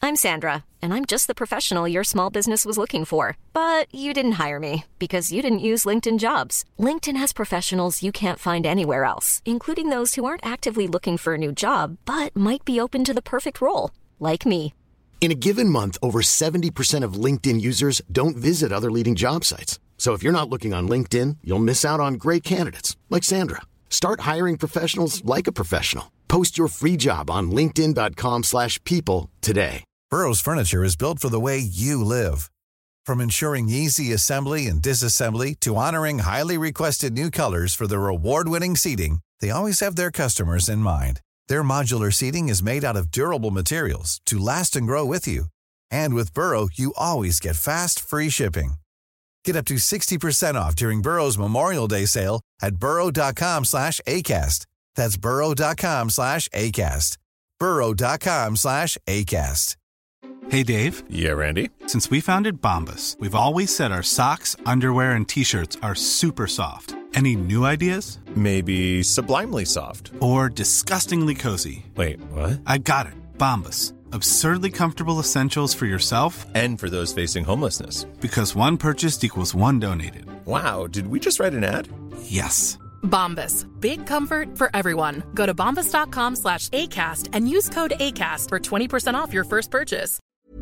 I'm Sandra, and I'm just the professional your small business was looking for. But you didn't hire me because you didn't use LinkedIn Jobs. LinkedIn has professionals you can't find anywhere else, including those who aren't actively looking for a new job, but might be open to the perfect role, like me. In a given month, over 70% of LinkedIn users don't visit other leading job sites. So if you're not looking on LinkedIn, you'll miss out on great candidates like Sandra. Start hiring professionals like a professional. Post your free job on linkedin.com/people today. Burrow's furniture is built for the way you live. From ensuring easy assembly and disassembly to honoring highly requested new colors for their award-winning seating, they always have their customers in mind. Their modular seating is made out of durable materials to last and grow with you. And with Burrow, you always get fast, free shipping. Get up to 60% off during Burrow's Memorial Day sale at burrow.com/ACAST. That's burrow.com/ACAST. burrow.com/ACAST. Hey, Dave. Yeah, Randy. Since we founded Bombas, we've always said our socks, underwear, and T-shirts are super soft. Any new ideas? Maybe sublimely soft. Or disgustingly cozy. Wait, what? I got it. Bombas. Absurdly comfortable essentials for yourself and for those facing homelessness. Because one purchased equals one donated. Wow, did we just write an ad? Yes. Bombas. Big comfort for everyone. Go to bombas.com/ACAST and use code ACAST for 20% off your first purchase.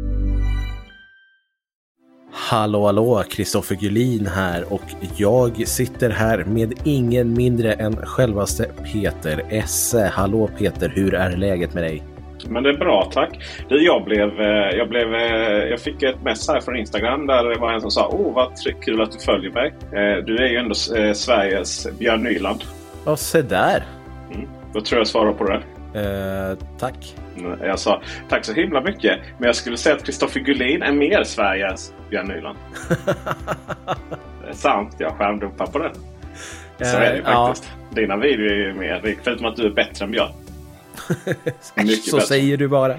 Hallå, Kristoffer Gullin här och jag sitter här med ingen mindre än självaste Peter Esse. Hallå Peter, hur är läget med dig? Men det är bra, tack. Jag fick ett mess här från Instagram där det var en som sa: vad kul att du följer mig. Du är ju ändå Sveriges Björn Nyland. Ja, se där. Då tror jag svarar på det. Tack. Jag sa tack så himla mycket. Men jag skulle säga att Kristoffer Gullin är mer Sveriges Björn Nyland. Det är sant, jag skärmdumpar på det. Så är det faktiskt. Dina videor är ju mer, förutom att du är bättre än Björn. Så säger du bara.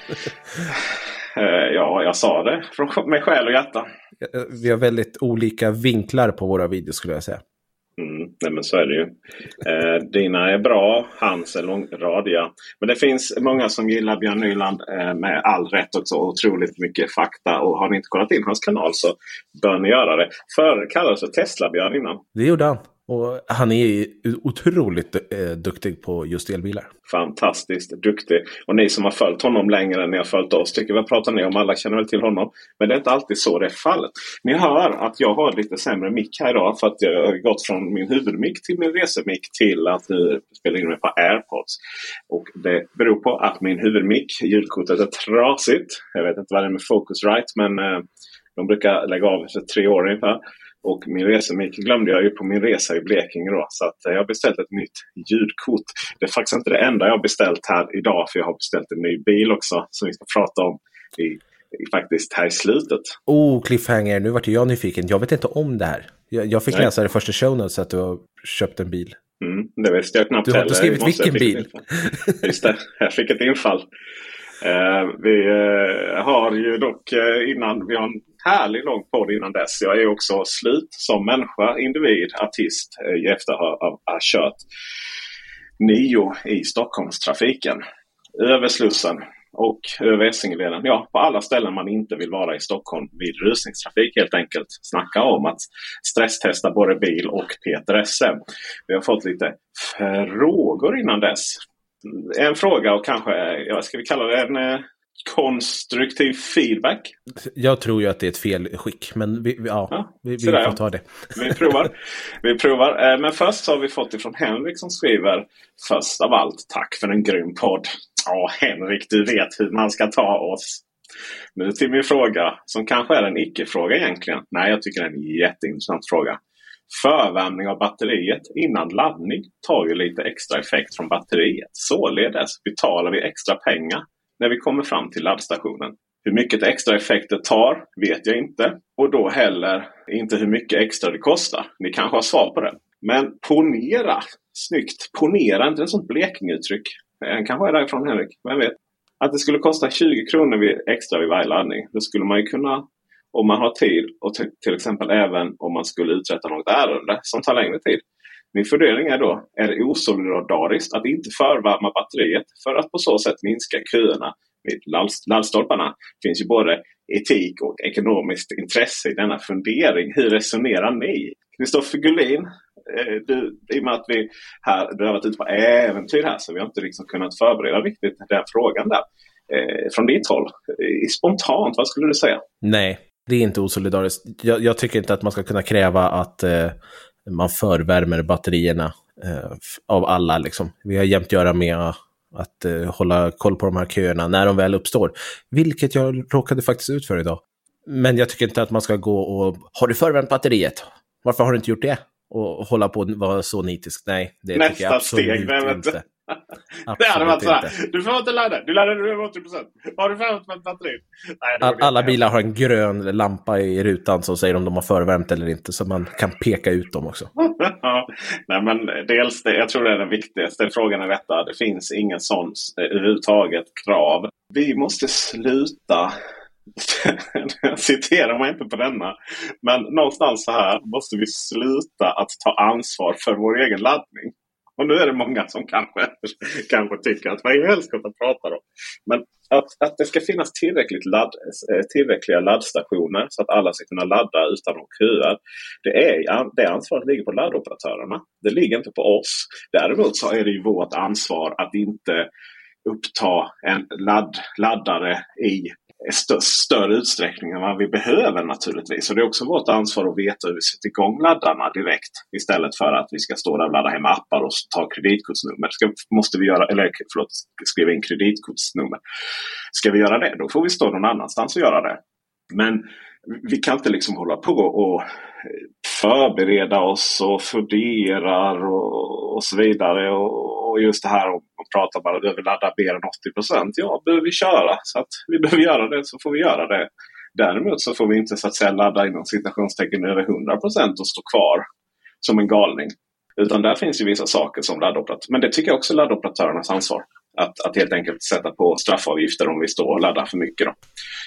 Ja, jag sa det med själ och hjärta. Vi har väldigt olika vinklar på våra videos, skulle jag säga. Nej, men så är det ju. Dina är bra, hans är långradiga. Men det finns många som gillar Björn Nyland med all rätt också. Otroligt mycket fakta. Och har ni inte kollat in hans kanal så bör ni göra det. Förr kallades det Tesla-Björn innan. Det gjorde han. Och han är otroligt duktig på just elbilar. Fantastiskt duktig. Och ni som har följt honom längre än ni har följt oss tycker vi pratar ni om. Alla känner väl till honom. Men det är inte alltid så det är fallet. Ni hör att jag har lite sämre mick här idag. För att jag har gått från min huvudmick till min resemick till att nu spela in mig på AirPods. Och det beror på att min huvudmick, ljudkortet är trasigt. Jag vet inte vad det är med Focusrite. Men de brukar lägga av för 3 år ungefär. Och min resemick glömde jag ju på min resa i Blekinge då. Så att jag har beställt ett nytt ljudkort. Det är faktiskt inte det enda jag har beställt här idag. För jag har beställt en ny bil också. Som vi ska prata om faktiskt här i slutet. Cliffhanger. Nu vart jag nyfiken. Jag vet inte om det här. Jag fick läsa det första show notes att du har köpt en bil. Det visste jag knappt heller. Du har skrivit vilken bil? Just det. Jag fick ett infall. Vi har ju dock innan vi har en härlig lång podd innan dess. Jag är också slut som människa, individ, artist efter att ha kört 9 i Stockholmstrafiken. Över Slussen och över Essingeleden. Ja, på alla ställen man inte vill vara i Stockholm vid rusningstrafik helt enkelt. Ska om att stresstesta både bil och Peter Esse. Vi har fått lite frågor innan dess. En fråga och kanske, ska vi kalla det en konstruktiv feedback? Jag tror ju att det är ett felskick, men vi får ta det. Vi provar. Men först så har vi fått ifrån Henrik som skriver: först av allt, tack för en grym podd. Ja, Henrik, du vet hur man ska ta oss. Nu till min fråga, som kanske är en icke-fråga egentligen. Nej, jag tycker det är en jätteintressant fråga. Förvärmning av batteriet innan laddning tar ju lite extra effekt från batteriet. Således betalar vi extra pengar när vi kommer fram till laddstationen. Hur mycket extra effekt det tar vet jag inte. Och då heller inte hur mycket extra det kostar. Ni kanske har svar på det. Men ponera, snyggt, ponera, inte ett sånt Blekinge-uttryck. Kanske är därifrån Henrik, vem vet. Att det skulle kosta 20 kronor extra vid varje laddning. Då skulle man ju kunna, om man har tid och till exempel även om man skulle uträtta något ärende som tar längre tid. Min fundering är då, är det osolidariskt att inte förvärma batteriet för att på så sätt minska köerna vid laddstolparna finns ju både etik och ekonomiskt intresse i denna fundering. Hur resonerar ni? Kristoffer Gullin, i och med att du har varit ute på äventyr här, så vi har inte liksom kunnat förbereda riktigt den frågan där. Från ditt håll, spontant, vad skulle du säga? Nej, det är inte osolidariskt. Jag tycker inte att man ska kunna kräva att man förvärmer batterierna av alla. Liksom. Vi har jämt göra med att hålla koll på de här köerna när de väl uppstår. Vilket jag råkade faktiskt ut för idag. Men jag tycker inte att man ska gå och... Har du förvärmt batteriet? Varför har du inte gjort det? Och hålla på att vara så nitisk. Nej, det nästa tycker jag absolut steg, inte. Det hade varit så här. Du får inte ladda. Du laddar nu 80%. Har du förvärmt batteri? Nej, alla bilar har en grön lampa i rutan som säger om de har förvärmt eller inte. Så man kan peka ut dem också. Nej, men dels jag tror det är den viktigaste frågan är detta. Det finns ingen sån överhuvudtaget krav. Vi måste sluta... Jag citerar mig inte på denna. Men någonstans så här måste vi sluta att ta ansvar för vår egen laddning. Och nu är det många som kanske tycker att vad är helskotta pratar om. Men att det ska finnas tillräckliga laddstationer så att alla ska kunna ladda utan att köa. Det ansvaret ligger på laddoperatörerna. Det ligger inte på oss. Däremot så är det ju vårt ansvar att inte uppta en laddare i större utsträckning än vad vi behöver naturligtvis. Och det är också vårt ansvar att veta hur vi sätter igång laddarna direkt istället för att vi ska stå där och ladda hem appar och ta kreditkortsnummer. Skriva in kreditkortsnummer. Ska vi göra det, då får vi stå någon annanstans och göra det. Men vi kan inte liksom hålla på och förbereda oss och fundera och så vidare och just det här och prata bara över ladda mer än 80%. Ja, behöver vi köra så att vi behöver göra det så får vi göra det. Däremot så får vi inte så att säga ladda inom citationstecken över 100% och stå kvar som en galning. Utan där finns ju vissa saker som laddoperatör. Men det tycker jag också är laddoperatörernas ansvar. Att helt enkelt sätta på straffavgifter om vi står och laddar för mycket. Då.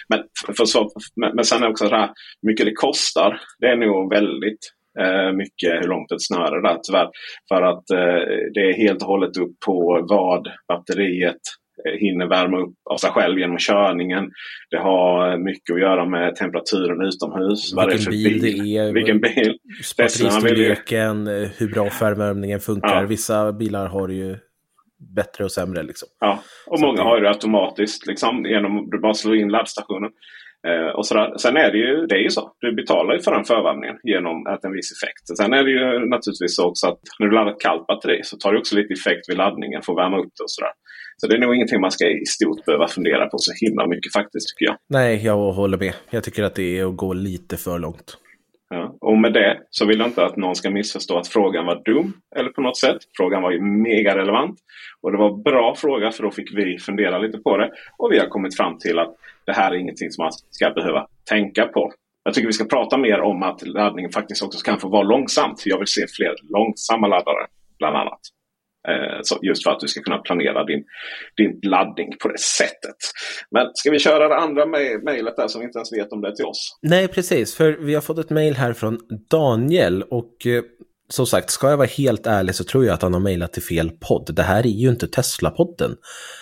Men sen är också det här, hur mycket det kostar. Det är nog väldigt mycket hur långt ett snöre där tyvärr. För att det är helt och hållet upp på vad batteriet hinner värma upp av sig själv genom körningen. Det har mycket att göra med temperaturen utomhus. Vilken bil. Batteristorleken, hur bra förvärmningen funkar. Ja. Vissa bilar har ju bättre och sämre liksom. Ja, och så många har ju det automatiskt liksom, genom att bara slå in laddstationen. Och sådär. Sen är det är ju så. Du betalar ju för den förvärmningen genom att en viss effekt. Sen är det ju naturligtvis också att när du laddar ett kallt batteri så tar det också lite effekt vid laddningen för att värma upp det och sådär. Så det är nog ingenting man ska i stort behöva fundera på så himla mycket faktiskt tycker jag. Nej, jag håller med. Jag tycker att det är att gå lite för långt. Ja, och med det så vill jag inte att någon ska missförstå att frågan var dum eller på något sätt. Frågan var ju mega relevant och det var en bra fråga för då fick vi fundera lite på det. Och vi har kommit fram till att det här är ingenting som man ska behöva tänka på. Jag tycker vi ska prata mer om att laddningen faktiskt också kan få vara långsamt. Jag vill se fler långsamma laddare bland annat. Så just för att du ska kunna planera din laddning på det sättet. Men ska vi köra det andra mejlet där som vi inte ens vet om det är till oss? Nej, precis. För vi har fått ett mejl här från Daniel och som sagt, ska jag vara helt ärlig så tror jag att han har mejlat till fel podd. Det här är ju inte Tesla-podden.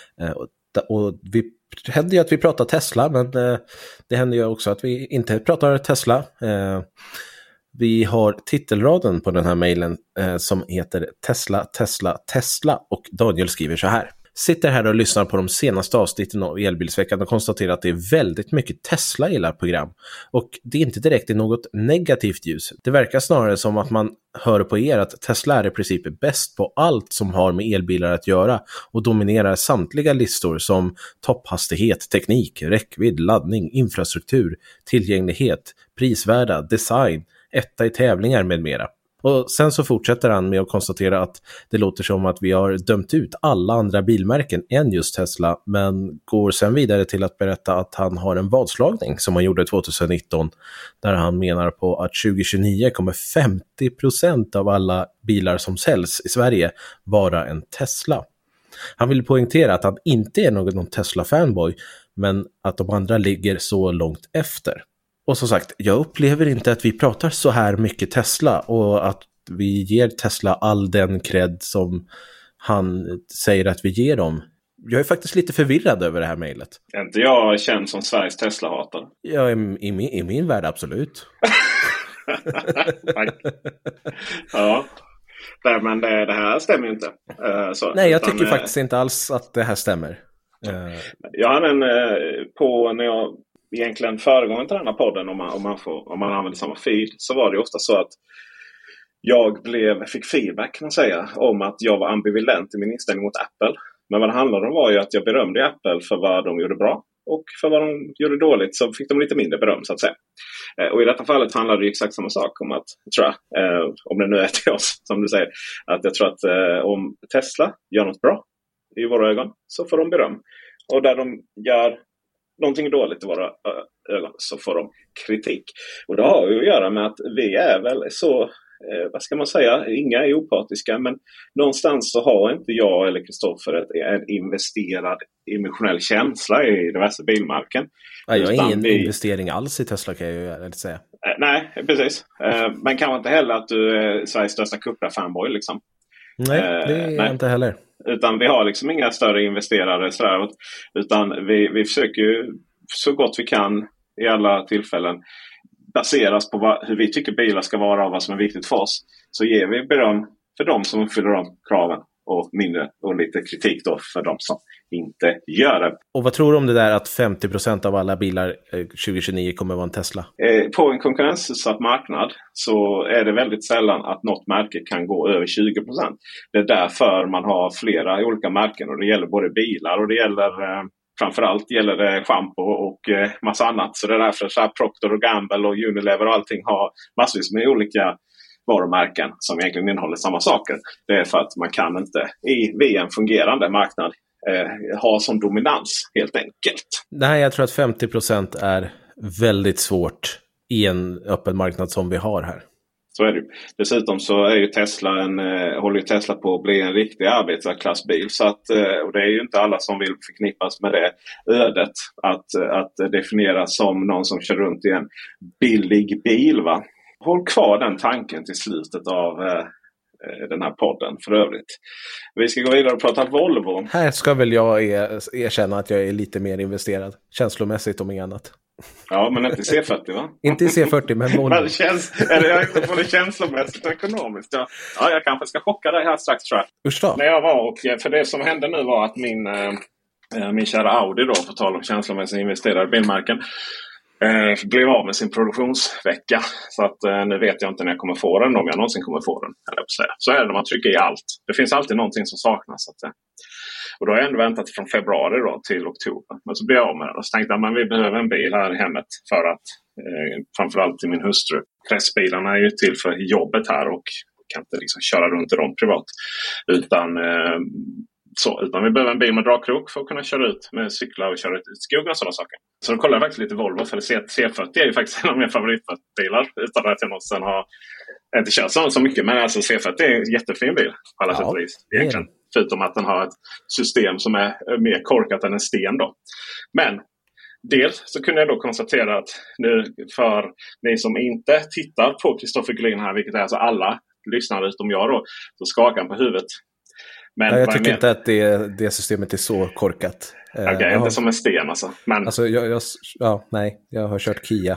Och vi händer ju att vi pratar Tesla, men det händer ju också att vi inte pratar Tesla. Vi har titelraden på den här mejlen som heter Tesla, Tesla, Tesla och Daniel skriver så här. Sitter här och lyssnar på de senaste avsnitten av Elbilsveckan och konstaterar att det är väldigt mycket Tesla i alla program. Och det är inte direkt i något negativt ljus. Det verkar snarare som att man hör på er att Tesla är i princip bäst på allt som har med elbilar att göra och dominerar samtliga listor som topphastighet, teknik, räckvidd, laddning, infrastruktur, tillgänglighet, prisvärda, design, etta i tävlingar med mera. Och sen så fortsätter han med att konstatera att det låter som att vi har dömt ut alla andra bilmärken än just Tesla, men går sen vidare till att berätta att han har en vadslagning som han gjorde 2019 där han menar på att 2029 kommer 50% av alla bilar som säljs i Sverige vara en Tesla. Han vill poängtera att han inte är någon Tesla-fanboy, men att de andra ligger så långt efter. Och som sagt, jag upplever inte att vi pratar så här mycket Tesla och att vi ger Tesla all den cred som han säger att vi ger dem jag är faktiskt lite förvirrad över det här mejlet. Är inte jag känd som Sveriges Tesla-hatare? Ja, i min värld absolut. Ja. Nej, men det här stämmer ju inte. Nej, jag tycker faktiskt inte alls att det här stämmer. Jag hade när jag egentligen föregående till den här podden, om man använder samma feed, så var det ofta så att jag fick feedback, kan man säga, om att jag var ambivalent i min inställning mot Apple. Men vad det handlade om var ju att jag berömde Apple för vad de gjorde bra. Och för vad de gjorde dåligt så fick de lite mindre beröm, så att säga. Och i detta fallet handlar det exakt samma sak om att, tror jag, om det nu är till oss, som du säger, att jag tror att om Tesla gör något bra i våra ögon så får de beröm. Och där de gör någonting dåligt i våra ögon så får de kritik. Och det har ju att göra med att vi är väl så, vad ska man säga, inga är opartiska, men någonstans så har inte jag eller Kristoffer en investerad emotionell känsla i diverse bilmärken. Ja, jag har ingen investering alls i Tesla, kan jag ju säga. Nej, precis. Men kanske inte heller att du är Sveriges största Cupra-fanboy liksom. Nej, det är jag inte heller. Utan vi har liksom inga större investerare sådär, utan vi försöker ju så gott vi kan i alla tillfällen baseras på hur vi tycker bilar ska vara och vad som är viktigt för oss. Så ger vi beröm för de som uppfyller de kraven och mindre och lite kritik då för de som inte gör det. Och vad tror du om det där att 50% av alla bilar 2029 kommer vara en Tesla? På en konkurrensutsatt marknad så är det väldigt sällan att något märke kan gå över 20%. Det är därför man har flera olika märken, och det gäller både bilar och det gäller framförallt gäller det shampoo och massa annat. Så det är därför så här Procter & Gamble och Unilever och allting har massvis med olika varumärken som egentligen innehåller samma saker. Det är för att man kan inte via en fungerande marknad ha som dominans, helt enkelt. Nej, jag tror att 50% är väldigt svårt i en öppen marknad som vi har här. Så är det. Dessutom så är ju håller ju Tesla på att bli en riktig arbetarklassbil. Så att, och det är ju inte alla som vill förknippas med det ödet att definieras som någon som kör runt i en billig bil, va? Håll kvar den tanken till slutet av den här podden för övrigt. Vi ska gå vidare och prata Volvo. Här ska väl jag erkänna att jag är lite mer investerad. Känslomässigt om inget annat. Ja, men inte i C40, va? Inte i C40, men Volvo. Eller jag inte får det känslomässigt och ekonomiskt. Ja, jag kanske ska chocka dig här strax, tror jag. Usch då. När jag var, för det som hände nu var att min kära Audi då, på tal om känslomässigt investerade bilmärken, blev av med sin produktionsvecka. Så att nu vet jag inte när jag kommer få den, om jag någonsin kommer få den. Så är det när man trycker i allt. Det finns alltid någonting som saknas. Och då har jag ändå väntat från februari då till oktober. Men så blev jag av med den. Och så tänkte jag att vi behöver en bil här i hemmet för att framförallt till min hustru. Pressbilarna är ju till för jobbet här och kan inte liksom köra runt i dem privat. Utan vi behöver en bil med dragkrok för att kunna köra ut med cyklar och köra ut i skogen och sådana saker. Så då kollar jag faktiskt lite Volvo, för C40 är ju faktiskt en av mina favoritbilar, utan att jag någonsin har inte kört så mycket. Men alltså C40 är en jättefin bil på alla sätt och vis egentligen. Förutom att den har ett system som är mer korkat än en sten då. Men dels så kunde jag då konstatera att nu, för ni som inte tittar på Kristoffer Gullin här, vilket är alltså alla lyssnare utom jag då, så skakar han på huvudet. Men jag tycker inte att det systemet är så korkat. Okej, inte som en sten alltså. Men... alltså jag har kört Kia.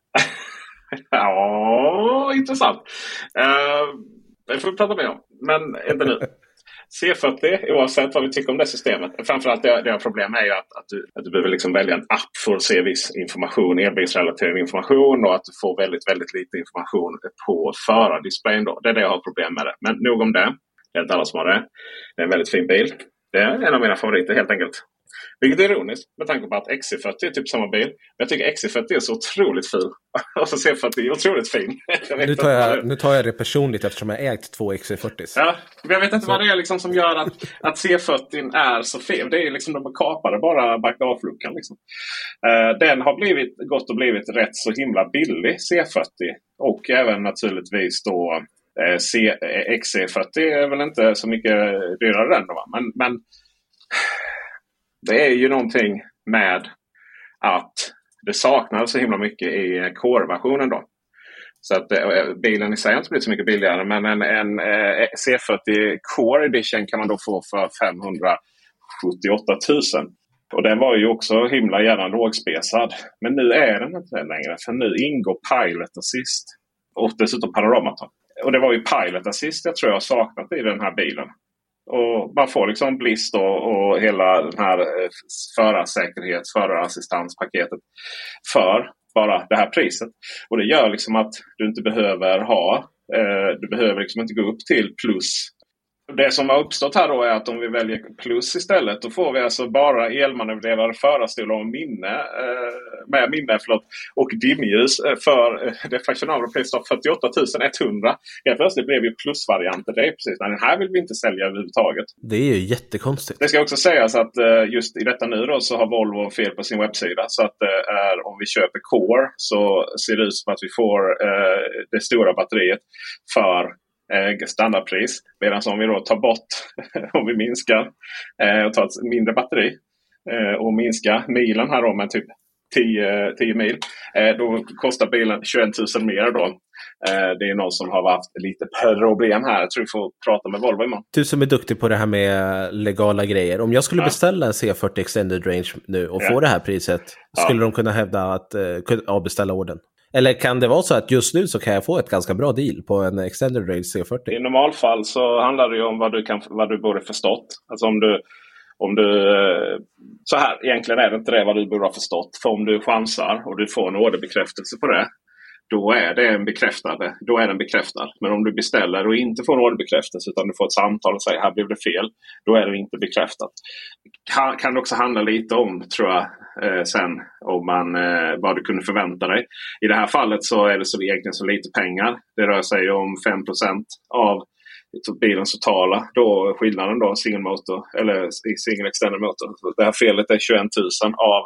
Ja, intressant. Det får vi prata med om. Men inte nu. C40, oavsett vad vi tycker om det systemet. Framförallt det problem är ju att du behöver liksom välja en app för att se viss information, elbilsrelaterad information, och att du får väldigt, väldigt lite information på förardisplayen då. Det är det jag har problem med det. Men nog om det. Det är inte alla som har det. Det är en väldigt fin bil. Det är en av mina favoriter helt enkelt. Vilket är ironiskt med tanke på att XC40 är typ samma bil. Men jag tycker XC40 är så otroligt fin. Och så C40 är otroligt fin. Nu tar jag det personligt eftersom jag ägt 2 XC40. Ja, men jag vet inte vad det är liksom som gör att C40 är så fin. Det är liksom de kapade bara backavluckan liksom. Den har blivit rätt så himla billig, C40. Och även naturligtvis då XC40 är väl inte så mycket dyrare än då, va? Men det är ju någonting med att det saknas så himla mycket i Core-versionen då. Så att bilen i sig har inte blivit så mycket billigare, men en C40 Core Edition kan man då få för 78 000. Och den var ju också himla gärna lågspesad. Men nu är den inte längre. För nu ingår Pilot Assist. Och dessutom panoramaton. Och det var ju Pilot Assist jag tror jag saknat i den här bilen. Och man får liksom Bliss då och hela den här förarsäkerhet, förarassistanspaketet för bara det här priset. Och det gör liksom att du inte behöver du behöver liksom inte gå upp till plus. Det som har uppstått här då är att om vi väljer plus istället, då får vi alltså bara elmanövrerade förarstolar och och dimljus för det fashionabla priset av 48 100. Helt plötsligt blev ju plusvarianter. Det är precis, nej, den här vill vi inte sälja överhuvudtaget. Det är ju jättekonstigt. Det ska också sägas att just i detta nu då så har Volvo fel på sin webbsida. Så att om vi köper Core så ser det ut som att vi får det stora batteriet för standardpris. Medan om vi då tar bort, om vi minskar och tar ett mindre batteri och minskar milen här då med typ 10 mil. Då kostar bilen 21 000 mer då. Det är någon som har haft lite problem här. Jag tror vi får prata med Volvo imorgon. Du som är duktig på det här med legala grejer. Om jag skulle beställa en C40 Extended Range nu och få det här priset, skulle de kunna hävda att avbeställa orden? Eller kan det vara så att just nu så kan jag få ett ganska bra deal på en Extended Range C40? I normalfall så handlar det ju om vad du borde förstått. Alltså om du så här, egentligen är det inte det vad du borde ha förstått. För om du chansar och du får en orderbekräftelse på det, då är den bekräftad. Men om du beställer och inte får en orderbekräftelse utan du får ett samtal och säger här blev det fel, då är det inte bekräftat. Kan det också handla lite om, tror jag, sen om vad du kunde förvänta dig. I det här fallet så är det så egentligen så lite pengar. Det rör sig om 5% av bilens totala. Då skillnaden då single motor eller single extended motor. Det här felet är 21 000 av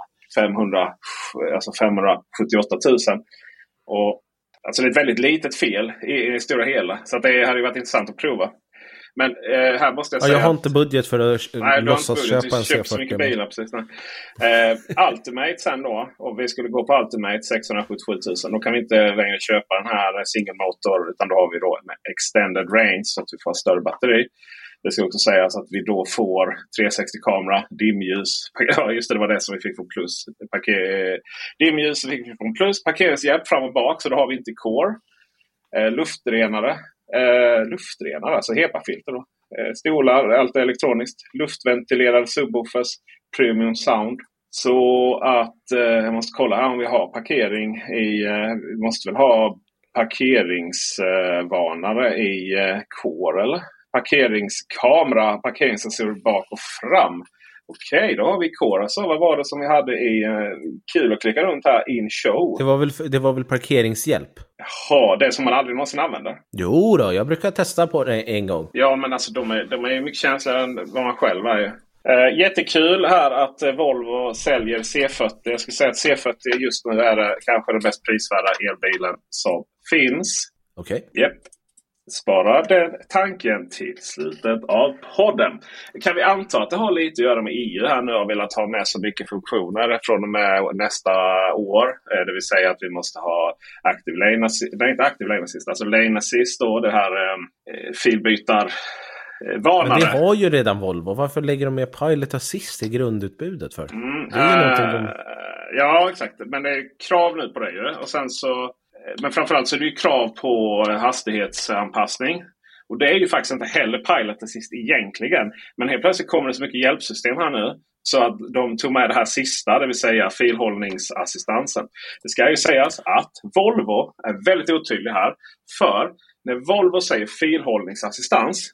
578 000. Och alltså det är ett väldigt litet fel i det stora hela. Så att det hade ju varit intressant att prova. Men här måste jag säga... Jag har inte budget för att låtsas köpa en C40. Så mycket bilar, precis. Ultimate sen då. Om vi skulle gå på Ultimate 677 000. Då kan vi inte längre köpa den här single motor. Utan då har vi då en extended range. Så att vi får större batteri. Det ska också sägas att vi då får 360-kamera, dimljus. Ja, just det, var det som vi fick från plus. Dimljus fick vi från plus. Parkeringshjälp fram och bak, så då har vi inte Core. Luftrenare, alltså HEPA-filter då. Stolar, allt är elektroniskt. Luftventilerade subwoofers, premium sound. Så att jag måste kolla här om vi har parkering vi måste väl ha parkeringsvarnare i Core, eller? Parkeringskamera, parkeringssensor bak och fram. Okej, då har vi Core. Så vad var det som vi hade i kul att klicka runt här in show? Det var väl parkeringshjälp? Jaha, det som man aldrig någonsin använder. Jo då, jag brukar testa på det en gång. Ja, men alltså de är mycket känsligare än vad man själv är ju. Jättekul här att Volvo säljer C40. Jag skulle säga att C40 just nu är kanske den mest prisvärda elbilen som finns. Okej. Japp. Spara den tanken till slutet av podden. Kan vi anta att det har lite att göra med EU här nu och velat ha med så mycket funktioner från och med nästa år. Det vill säga att vi måste ha active lane assist, inte active lane assist, alltså lane assist och det här filbytar. Men det har ju redan Volvo. Varför lägger de med Pilot Assist i grundutbudet för? Det är ju ja, exakt. Men det är krav nu på det ju. Och sen så, men framförallt så är det ju krav på hastighetsanpassning. Och det är ju faktiskt inte heller Pilot Assist egentligen. Men helt plötsligt kommer det så mycket hjälpsystem här nu. Så att de tog med det här sista, det vill säga filhållningsassistansen. Det ska ju sägas att Volvo är väldigt otydlig här. För när Volvo säger filhållningsassistans,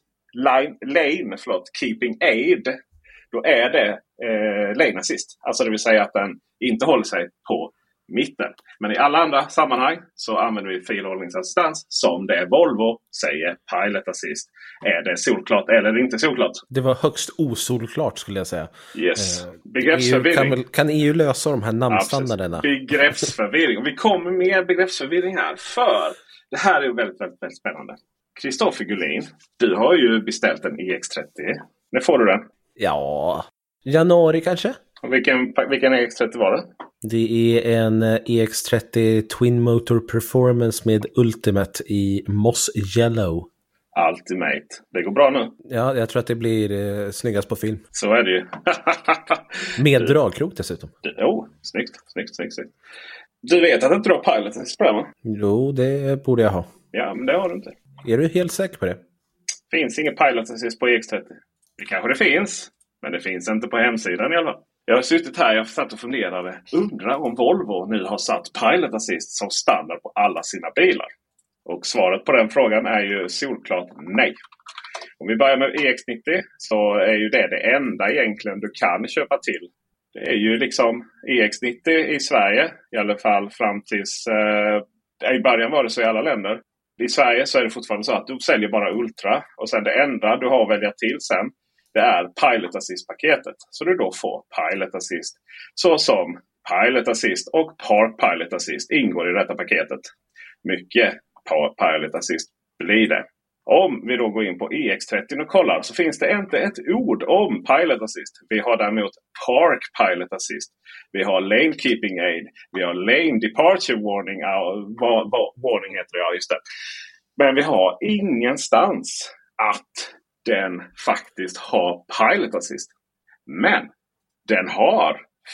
keeping aid, då är det lane assist. Alltså det vill säga att den inte håller sig på mitten. Men i alla andra sammanhang så använder vi filhållningsassistans som det Volvo säger Pilot Assist. Är det solklart eller inte solklart? Det var högst osolklart skulle jag säga. Yes. Begreppsförvirring. Kan EU lösa de här namnstandarderna? Begreppsförvirring. Och vi kommer med begreppsförvirring här. För det här är ju väldigt, väldigt, väldigt spännande. Kristoffer Gullin, du har ju beställt en EX30. När får du den? Ja, januari kanske. Och vilken EX30 var det? Det är en EX30 Twin Motor Performance med Ultimate i Moss Yellow. Ultimate. Det går bra nu. Ja, jag tror att det blir snyggast på film. Så är det ju. Med dragkrok dessutom. Snyggt. Du vet att inte du har Pilot Assist på det, va? Jo, det borde jag ha. Ja, men det har du inte. Är du helt säker på det? Finns ingen Pilot Assist på EX30. Det kanske det finns, men det finns inte på hemsidan i alla fall. Jag har suttit här, jag har satt och funderade. Undrar om Volvo nu har satt Pilot Assist som standard på alla sina bilar. Och svaret på den frågan är ju solklart nej. Om vi börjar med EX90 så är ju det enda egentligen du kan köpa till. Det är ju liksom EX90 i Sverige, i alla fall fram tills... I början var det så i alla länder. I Sverige så är det fortfarande så att du säljer bara Ultra. Och sen det enda du har att välja till sen, det är Pilot Assist-paketet. Så du då får Pilot Assist. Så som Pilot Assist och Park Pilot Assist ingår i detta paketet. Mycket Pilot Assist blir det. Om vi då går in på EX30 och kollar så finns det inte ett ord om Pilot Assist. Vi har däremot Park Pilot Assist. Vi har Lane Keeping Aid. Vi har Lane Departure Warning. Warning heter det, ja just det. Men vi har ingenstans att den faktiskt har Pilot Assist. Men den har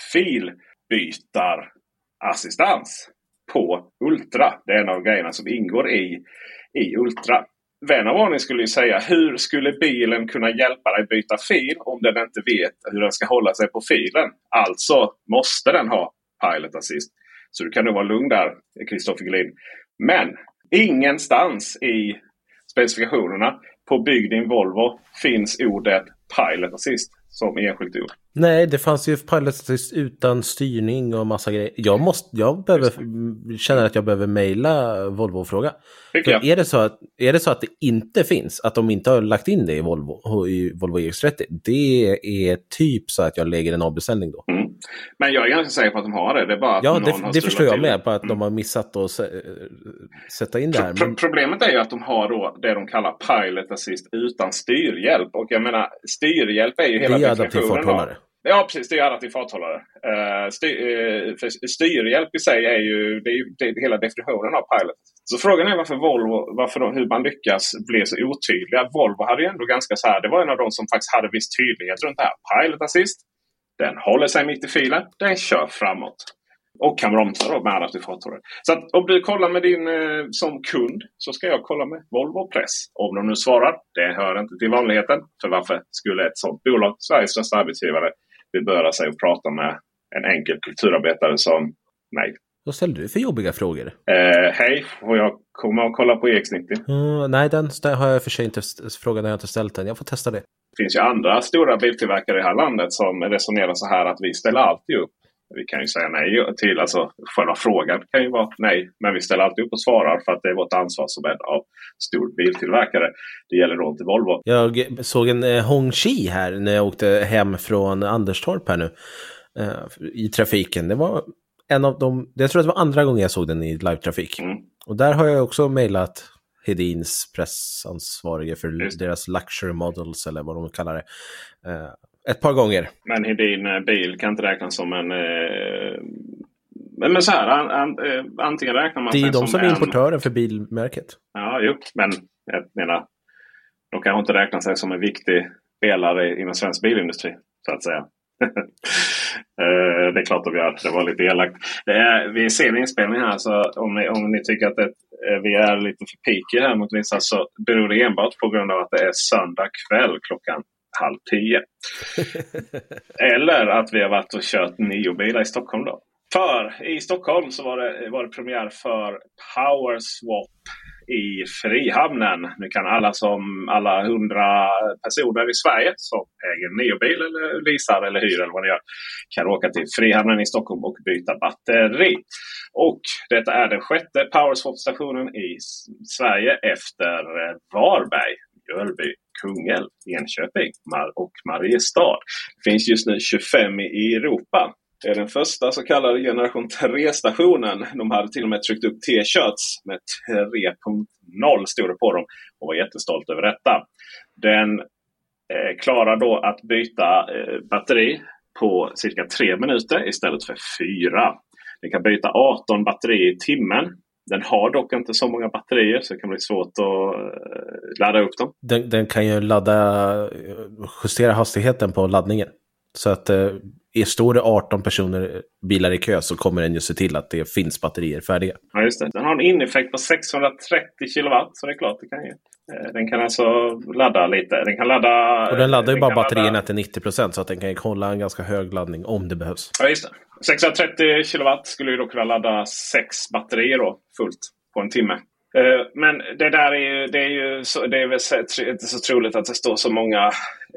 filbytarassistans på Ultra. Det är en av grejerna som ingår i Ultra. Vän av ordning skulle ju säga, hur skulle bilen kunna hjälpa dig byta fil om den inte vet hur den ska hålla sig på filen? Alltså måste den ha Pilot Assist. Så du kan nog vara lugn där, Kristoffer Gullin. Men ingenstans i specifikationerna på Bygg din Volvo finns ordet Pilot Assist som enskilt ord. Nej, det fanns ju Pilot Assist utan styrning och massa grejer. Jag känner att jag behöver mejla Volvo och fråga. Är det så att det inte finns, att de inte har lagt in det i Volvo EX30, det är typ så att jag lägger en avbeställning då. Mm. Men jag är ganska säker på att de har det. Det är bara att det förstår jag med på att de har missat att sätta in det här. Men... Problemet är ju att de har då det de kallar Pilot Assist utan styrhjälp. Och jag menar, styrhjälp är ju hela definitionen. Ja, precis. Det är adaptiv farthållare. Styrhjälp i sig är ju det är hela definitionen av Pilot. Så frågan är hur man lyckas bli så otydliga. Volvo hade ju ändå ganska så här. Det var en av de som faktiskt hade viss tydlighet runt det här. Pilot Assist. Den håller sig mitt i filen. Den kör framåt. Och kan bromsa då med adaptiv farthållare. Så att om du kollar med din som kund så ska jag kolla med Volvo Press. Om de nu svarar. Det hör inte till vanligheten. För varför skulle ett sånt bolag, Sveriges största arbetsgivare, beböra sig och prata med en enkel kulturarbetare som mig? Vad ställer du för jobbiga frågor? Hej, och jag kommer att kolla på EX90. Nej, den har jag för sig inte frågat, jag har inte ställt den. Jag får testa det. Det finns ju andra stora biltillverkare i det här landet som resonerar så här att vi ställer alltid upp. Vi kan ju säga nej till, alltså själva frågan kan ju vara nej, men vi ställer alltid upp och svarar för att det är vårt ansvar som en av stor biltillverkare. Det gäller då inte Volvo. Jag såg en Hongqi här när jag åkte hem från Anderstorp här nu i trafiken. Det var en av de, jag tror att det var andra gången jag såg den i live-trafik. Och där har jag också mejlat Hedins pressansvarige för deras luxury models eller vad de kallar det. Ett par gånger. Men Hedin bil kan inte räknas som en... Men så här, antingen räknar man... Det är de som är importören för bilmärket. Ja, jo. Men jag menar, de kan inte räkna sig som en viktig spelare inom svensk bilindustri, så att säga. Det är klart de gör. Det var lite elakt. Vi ser en inspelning här, så om ni tycker att vi är lite för pikiga här mot vissa, så beror det enbart på grund av att det är söndag kväll klockan 9:30. Eller att vi har varit och kört Nio-bilar i Stockholm då. För i Stockholm så var det premiär för Powerswap i Frihamnen. Nu kan alla 100 personer i Sverige som äger en Nio-bil eller leasar eller hyr eller vad det gör, kan åka till Frihamnen i Stockholm och byta batteri. Och detta är den 6:e Powerswap-stationen i Sverige efter Varberg, Mjölby, Kungälv, Enköping och Mariestad. Det finns just nu 25 i Europa. Det är den första så kallade generation 3-stationen. De hade till och med tryckt upp t-shirts med 3.0 stod det på dem och var jättestolt över detta. Den klarar då att byta batteri på cirka 3 minuter istället för 4. Den kan byta 18 batteri i timmen Den har dock inte så många batterier så det kan bli svårt att ladda upp dem. Den kan ju justera hastigheten på laddningen. Så att står det 18 bilar i kö så kommer den ju se till att det finns batterier färdiga. Ja, just det. Den har en ineffekt på 630 kilowatt så det är klart det kan ju. Den kan alltså ladda lite. Den kan ladda... Och den laddar ju bara batterierna till 90% så att den kan hålla en ganska hög laddning om det behövs. Ja, just det. 630 kilowatt skulle ju då kunna ladda 6 batterier då, fullt på en timme. Men det där är väl inte så troligt att det står så många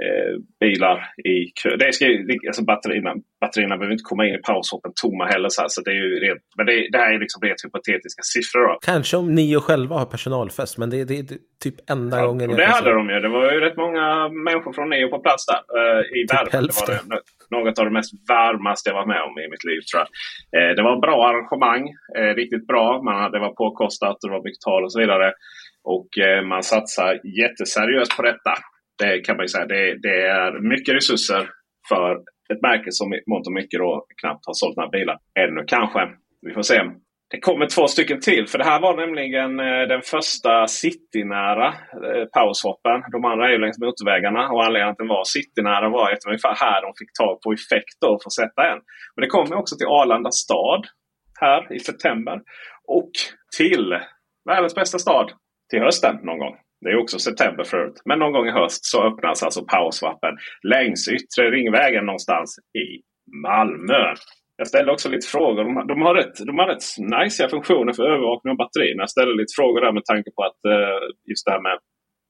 bilar i kö. Alltså batterierna behöver inte komma in i paushoppen tomma heller. Så det är ju rent, men det här är liksom rent hypotetiska siffror då. Kanske om Nio själva har personalfest, men det är typ enda gången. Det hade de ju. Det var ju rätt många människor från Nio på plats där i världen. Det var något av det mest varmaste jag var med om i mitt liv, tror jag. Det var ett bra arrangemang, riktigt bra. Det var påkostat och det var betalt och så vidare. Och man satsar jätteseriöst på detta. Det kan man ju säga. Det är mycket resurser för ett märke som i mångt och mycket då knappt har sålt några bilar. Ännu kanske. Vi får se. Det kommer 2 stycken till. För det här var nämligen den första citynära powerswappen. De andra är ju längs motorvägarna. Och anledningen att den var citynära var att ungefär här de fick tag på effekt då för att sätta en. Men det kommer också till Arlanda stad här i september. Och till världens bästa stad till hösten någon gång. Det är också september förut. Men någon gång i höst så öppnas alltså powerswappen längs yttre ringvägen någonstans i Malmö. Jag ställde också lite frågor. De har rätt nice funktioner för övervakning av batterierna. Jag ställde lite frågor där med tanke på att just det här med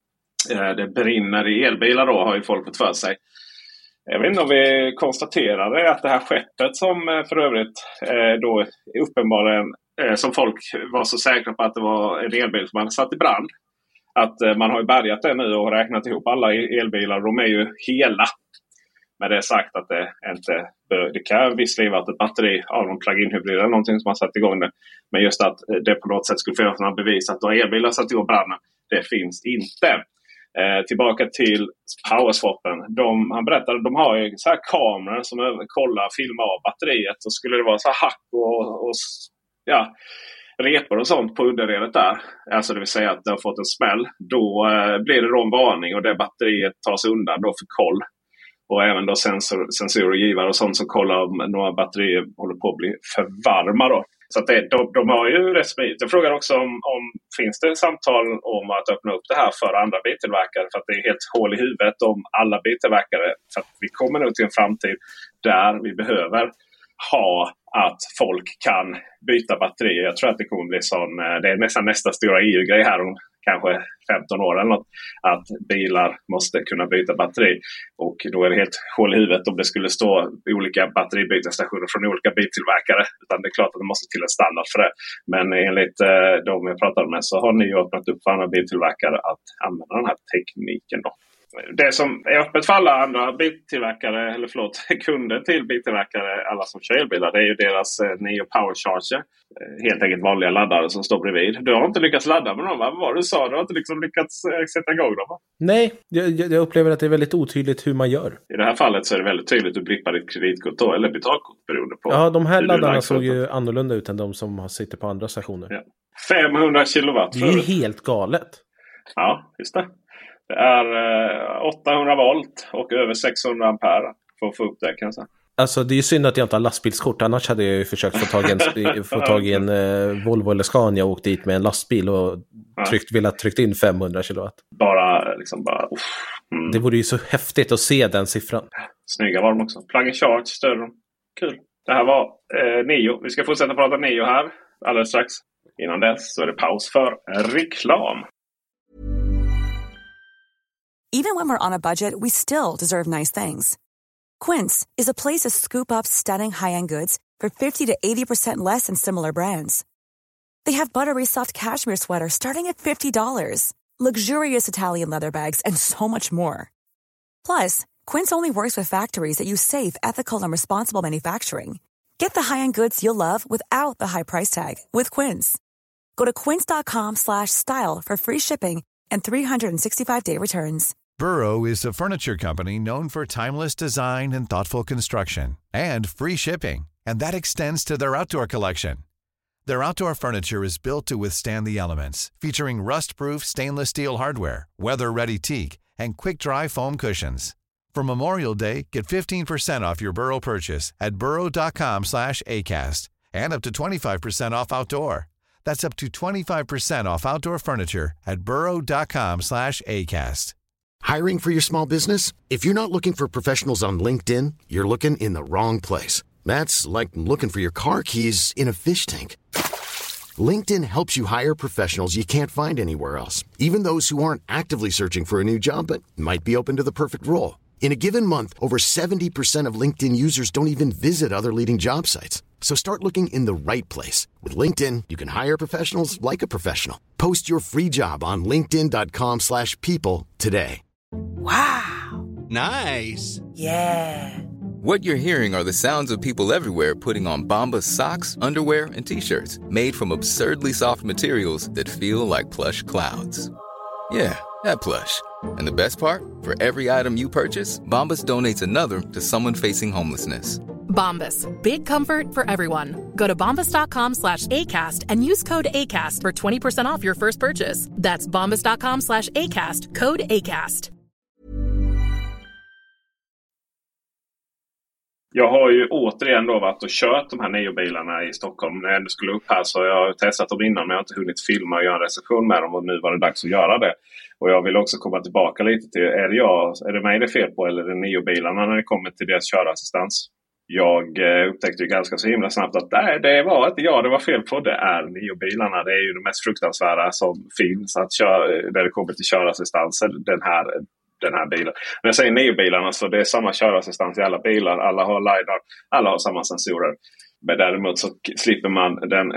det brinner i elbilar då har ju folk fått för sig. Jag vet inte om vi konstaterade att det här skeppet som för övrigt då uppenbarligen som folk var så säkra på att det var en elbil som hade satt i brand. Att man har ju bärgat det nu och räknat ihop alla elbilar. De är ju hela. Men det är sagt att det inte det kan visserligen vara ett batteri av någon plug-in-hybrid eller någonting som har satt igång det. Men just att det på något sätt skulle finnas några bevis att då elbilar satt igång branden. Det finns inte. Tillbaka till powerswappen. Han berättade att de har ju så här kameror som kollar och filmar av batteriet. Så skulle det vara så här hack och repor och sånt på underredet där. Alltså det vill säga att det har fått en smäll. Då blir det då en varning och det batteriet tas undan då för koll. Och även då sensorer och givare och sånt som kollar om några batterier håller på att bli för varma då. Så att de har ju rätt smidigt. Jag frågar också om finns det samtal om att öppna upp det här för andra biltillverkare. För att det är helt hål i huvudet om alla biltillverkare. För att vi kommer nog till en framtid där vi behöver ha att folk kan byta batterier. Jag tror att det kommer bli sån. Det är nästan nästa stora EU-grej här om kanske 15 år eller något. Att bilar måste kunna byta batteri. Och då är det helt hål i huvudet om det skulle stå olika batteribytesstationer från olika biltillverkare. Utan det är klart att det måste till en standard för det. Men enligt de jag pratade med så har ni ju öppnat upp för andra biltillverkare att använda den här tekniken då. Det som är öppet för alla andra biltillverkare, kunder till biltillverkare, alla som kör elbilar, det är ju deras Nio Power Charger. Helt enkelt vanliga laddare som står bredvid. Du har inte lyckats ladda med dem, va? Vad var det du sa? Du har inte liksom lyckats sätta igång dem, va? Nej, jag upplever att det är väldigt otydligt hur man gör. I det här fallet så är det väldigt tydligt. Du blippar ditt kreditkort då, eller betalkort beroende på. Ja, de här laddarna såg ju annorlunda ut än de som sitter på andra stationer. Ja. 500 kilowatt. Det är ju helt galet. Ja, just det. Det är 800 volt och över 600 ampere för att få upp det, kan jag säga. Alltså det är ju synd att jag inte har lastbilskort. Annars hade jag ju försökt få tag i en Volvo eller Scania och åkt dit med en lastbil och velat tryckt in 500 kilowatt. Bara. Det vore ju så häftigt att se den siffran. Snygga var de också. Plug and charge, större. Kul. Det här var Nio. Vi ska fortsätta prata Nio här alldeles strax. Innan dess så är det paus för reklam. Even when we're on a budget, we still deserve nice things. Quince is a place to scoop up stunning high-end goods for 50 to 80% less than similar brands. They have buttery soft cashmere sweaters starting at $50, luxurious Italian leather bags, and so much more. Plus, Quince only works with factories that use safe, ethical, and responsible manufacturing. Get the high-end goods you'll love without the high price tag with Quince. Go to quince.com/style for free shipping and 365-day returns. Burrow is a furniture company known for timeless design and thoughtful construction, and free shipping, and that extends to their outdoor collection. Their outdoor furniture is built to withstand the elements, featuring rust-proof stainless steel hardware, weather-ready teak, and quick-dry foam cushions. For Memorial Day, get 15% off your Burrow purchase at burrow.com/acast, and up to 25% off outdoor. That's up to 25% off outdoor furniture at burrow.com/acast. Hiring for your small business? If you're not looking for professionals on LinkedIn, you're looking in the wrong place. That's like looking for your car keys in a fish tank. LinkedIn helps you hire professionals you can't find anywhere else, even those who aren't actively searching for a new job but might be open to the perfect role. In a given month, over 70% of LinkedIn users don't even visit other leading job sites. So start looking in the right place. With LinkedIn, you can hire professionals like a professional. Post your free job on linkedin.com/people today. Wow. Nice. Yeah. What you're hearing are the sounds of people everywhere putting on Bombas socks, underwear, and T-shirts made from absurdly soft materials that feel like plush clouds. Yeah, that plush. And the best part? For every item you purchase, Bombas donates another to someone facing homelessness. Bombas. Big comfort for everyone. Go to bombas.com/ACAST and use code ACAST for 20% off your first purchase. That's bombas.com/ACAST. Code ACAST. Jag har ju återigen då varit och kört de här Nio-bilarna i Stockholm. När jag ändå skulle upp här så jag har testat dem innan men jag har inte hunnit filma och göra en recension med dem och nu var det dags att göra det. Och jag vill också komma tillbaka lite till, är det mig det är fel på eller är det Nio-bilarna när det kommer till deras körassistans? Jag upptäckte ju ganska så himla snabbt att nej, det var inte jag det var fel på. Det är Nio-bilarna. Det är ju det mest fruktansvärda som finns att när det kommer till körassistanser. Den här bilen. När jag säger Nio-bilarna så det är samma körassistans i alla bilar. Alla har LiDAR. Alla har samma sensorer. Men däremot så slipper man den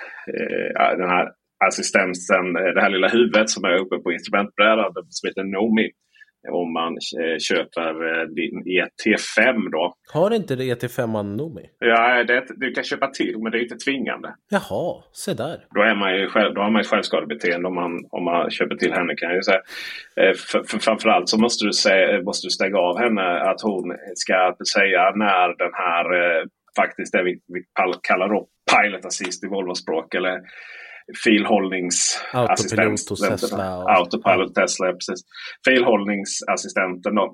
här assistensen, det här lilla huvudet som är uppe på instrumentbrädan som heter Nomi. Om man köper din ET5 då. Har inte det ET5 Nomi? Ja, du kan köpa till men det är inte tvingande. Jaha, se där. Då har man ju självskadebeteende om man köper till henne kan jag ju säga. För framförallt så måste du stänga av henne att hon ska säga när den här faktiskt det vi kallar då pilot assist i Volvo-språk eller filhållningsassistent. Autopilot Tesla, precis. Filhållningsassistenten då.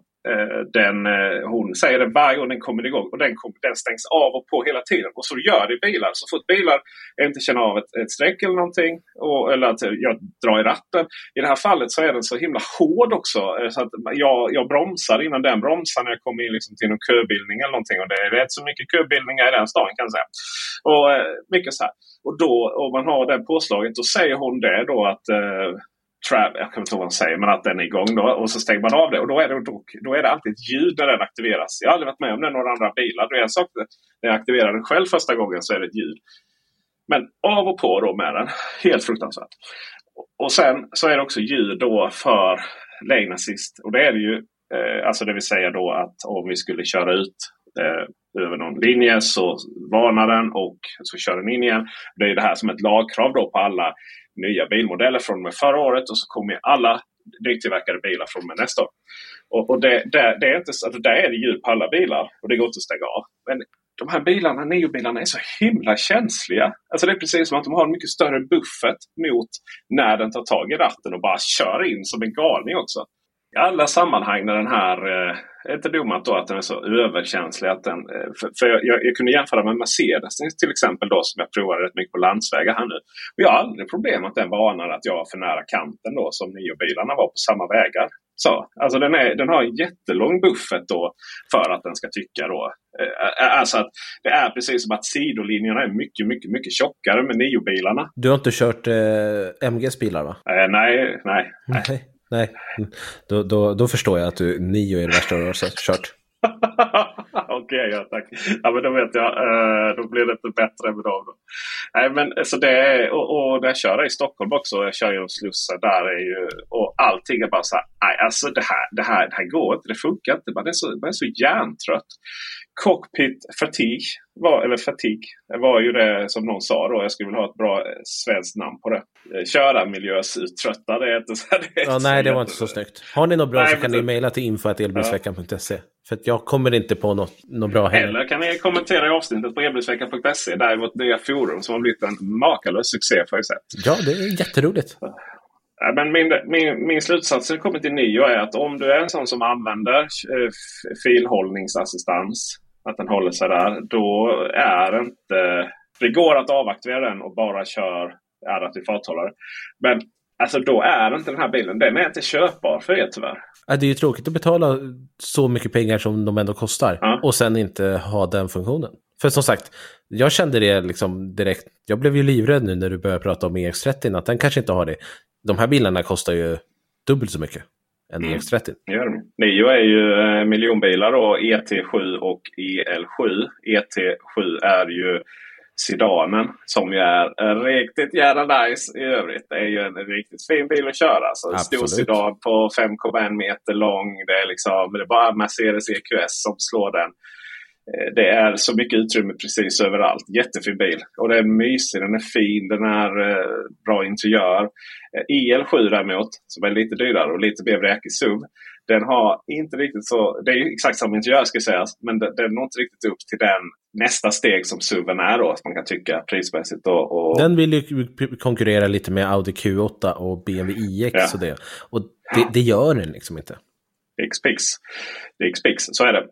Hon säger det varje gång den kommer igång och den stängs av och på hela tiden. Och så gör det i bilar. Så fort bilar inte känner av ett streck eller någonting eller att jag drar i ratten. I det här fallet så är den så himla hård också så att jag bromsar innan den bromsar när jag kommer in liksom till någon köbildning eller någonting. Och det är rätt så mycket köbildningar i den staden kan jag säga. Och mycket så här. Och då om man har den påslaget då säger hon det då att jag kan inte ihåg vad hon säger men att den är igång då och så stänger man av det och då är det alltid ett ljud när den aktiveras. Jag har aldrig varit med om det några andra bilar. Det är en sak när jag aktiverar den själv första gången så är det ett ljud. Men av och på då med den. Helt fruktansvärt. Och sen så är det också ljud då för lane assist. Och det är det ju alltså det vill säga då att om vi skulle köra ut över någon linje så varnar den och så kör den in igen. Det är det här som ett lagkrav då på alla nya bilmodeller från med förra året och så kommer alla nytillverkade bilar från med nästa år. Och det är inte så att där är det ljud på alla bilar och det går inte att stänga av. Men de här bilarna, Nio-bilarna är så himla känsliga. Alltså det är precis som att de har en mycket större buffert mot när den tar tag i ratten och bara kör in som en galning också. I alla sammanhang när den här är inte dummat då att den är så överkänslig att den, för jag kunde jämföra med Mercedes till exempel då som jag provade rätt mycket på landsvägar här nu. Och jag har aldrig problem att den varnar att jag var för nära kanten då som Nio-bilarna var på samma vägar. Så, alltså den har en jättelång buffert då för att den ska tycka då. Alltså att det är precis som att sidolinjerna är mycket, mycket, mycket tjockare med Nio-bilarna. Du har inte kört MGs bilar va? Nej. Då förstår jag att Nio är det värsta du har kört. Okej, ja tack. Ja men då vet jag, då blir det inte bättre med dem då. Nej men så det är, och där jag kör i Stockholm också, jag kör genom Slussen, där är ju, och allting är bara så här, nej alltså det här går inte, det funkar inte, man är så hjärntrött. Cockpit fatigue var ju det som någon sa då. Jag skulle vilja ha ett bra svenskt namn på det. Köra miljösuttrötta, det är inte så. Nej, det var inte så snyggt. Har ni något bra så kan ni mejla till info@elbilsveckan.se. För att jag kommer inte på något bra heller. Eller kan ni kommentera i avsnittet på elbilsveckan.se. Där är vårt nya forum som har blivit en makalös succé för sätt. Ja, det är jätteroligt. Men min slutsats när det kommer till NIO är att om du är en sån som använder filhållningsassistans, att den håller sig där, då är inte... Det går att avaktivera den och bara kör adaptiv farthållare. Men alltså då är inte den här bilen, den är inte köpbar för er tyvärr. Det är ju tråkigt att betala så mycket pengar som de ändå kostar och sen inte ha den funktionen. För som sagt, jag kände det liksom direkt. Jag blev ju livrädd nu när du började prata om EX30, att den kanske inte har det. De här bilarna kostar ju dubbelt så mycket än EX30. NIO är ju miljonbilar då, ET7 och EL7. ET7 är ju sedanen som ju är riktigt jävla nice i övrigt. Det är ju en riktigt fin bil att köra. Så en stor sedan på 5,1 meter lång. Det är bara Mercedes EQS som slår den. Det är så mycket utrymme precis överallt. Jättefin bil. Och det är mysig, den är fin, den är bra interiör. EL7 däremot, som är lite dyrare och lite mer vräkig SUV. Den har inte riktigt så... Det är ju exakt samma interiör ska sägas. Men den når inte riktigt upp till den nästa steg som SUVen är då. Som man kan tycka prismässigt. Och... Den vill ju konkurrera lite med Audi Q8 och BMW iX och det. Och det gör den liksom inte. Det är X-Pix, så är det.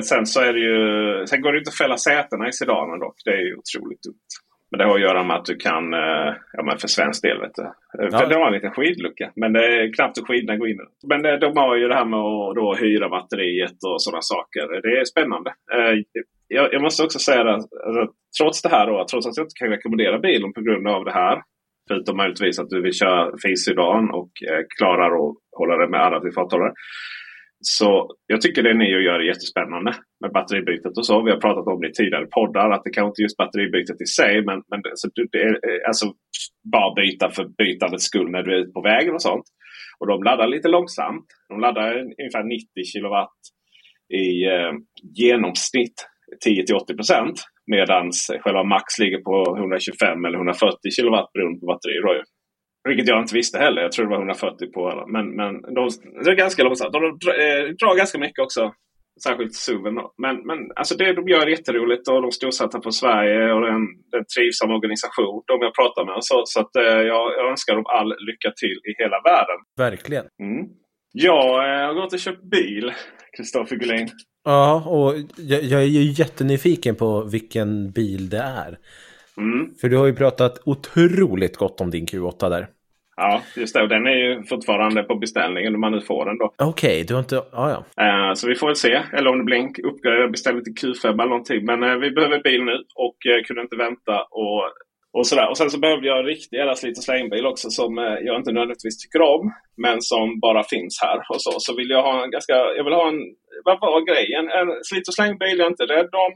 Sen går det inte att fälla sätena i sedanen dock. Det är ju otroligt dumt. Men det har att göra med att du kan, för svensk del vet du. För det har en liten skidlucka, men det är knappt att skidorna går in. Men de har ju det här med att då hyra batteriet och sådana saker. Det är spännande. Jag måste också säga att trots det här då, trots att jag inte kan rekommendera bilen på grund av det här, förutom möjligtvis att du vill köra fin sedan och klarar att hålla det med adaptiv farthållare. Så jag tycker det NIO gör är jättespännande med batteribytet och så. Vi har pratat om det i tidigare poddar att det kanske inte just batteribytet i sig. Men det är alltså bara byta för bytandets skull när du är ute på vägen och sånt. Och de laddar lite långsamt. De laddar ungefär 90 kilowatt i genomsnitt 10-80%. Medan själva max ligger på 125 eller 140 kilowatt beroende på batteri. Vilket jag inte visste heller. Jag tror det var 140 på alla. Men det är ganska långsamt. De drar ganska mycket också. Särskilt SUVen. Men alltså det de gör är jätteroligt. Och de storsatsar på Sverige. Och den trivsam organisation de jag pratar med. Så att jag önskar dem all lycka till i hela världen. Verkligen. Jag har gått och köpt bil. Kristoffer Gullin. Ja, och jag är ju jättenyfiken på vilken bil det är. För du har ju pratat otroligt gott om din Q8 där. Ja, just det. Och den är ju fortfarande på beställningen om man nu får den då. Okej, du har inte... Ja. Så vi får väl se. Eller om det blir en uppgradering, beställer till Q5 eller någonting. Men vi behöver bil nu och kunde inte vänta och sådär. Och sen så behövde jag en riktig jävla slit- och slängbil också som jag inte nödvändigtvis tycker om. Men som bara finns här och så. Så vill jag ha en ganska... Jag vill ha en... Vad var grejen? En slit- och slängbil jag är inte rädd om.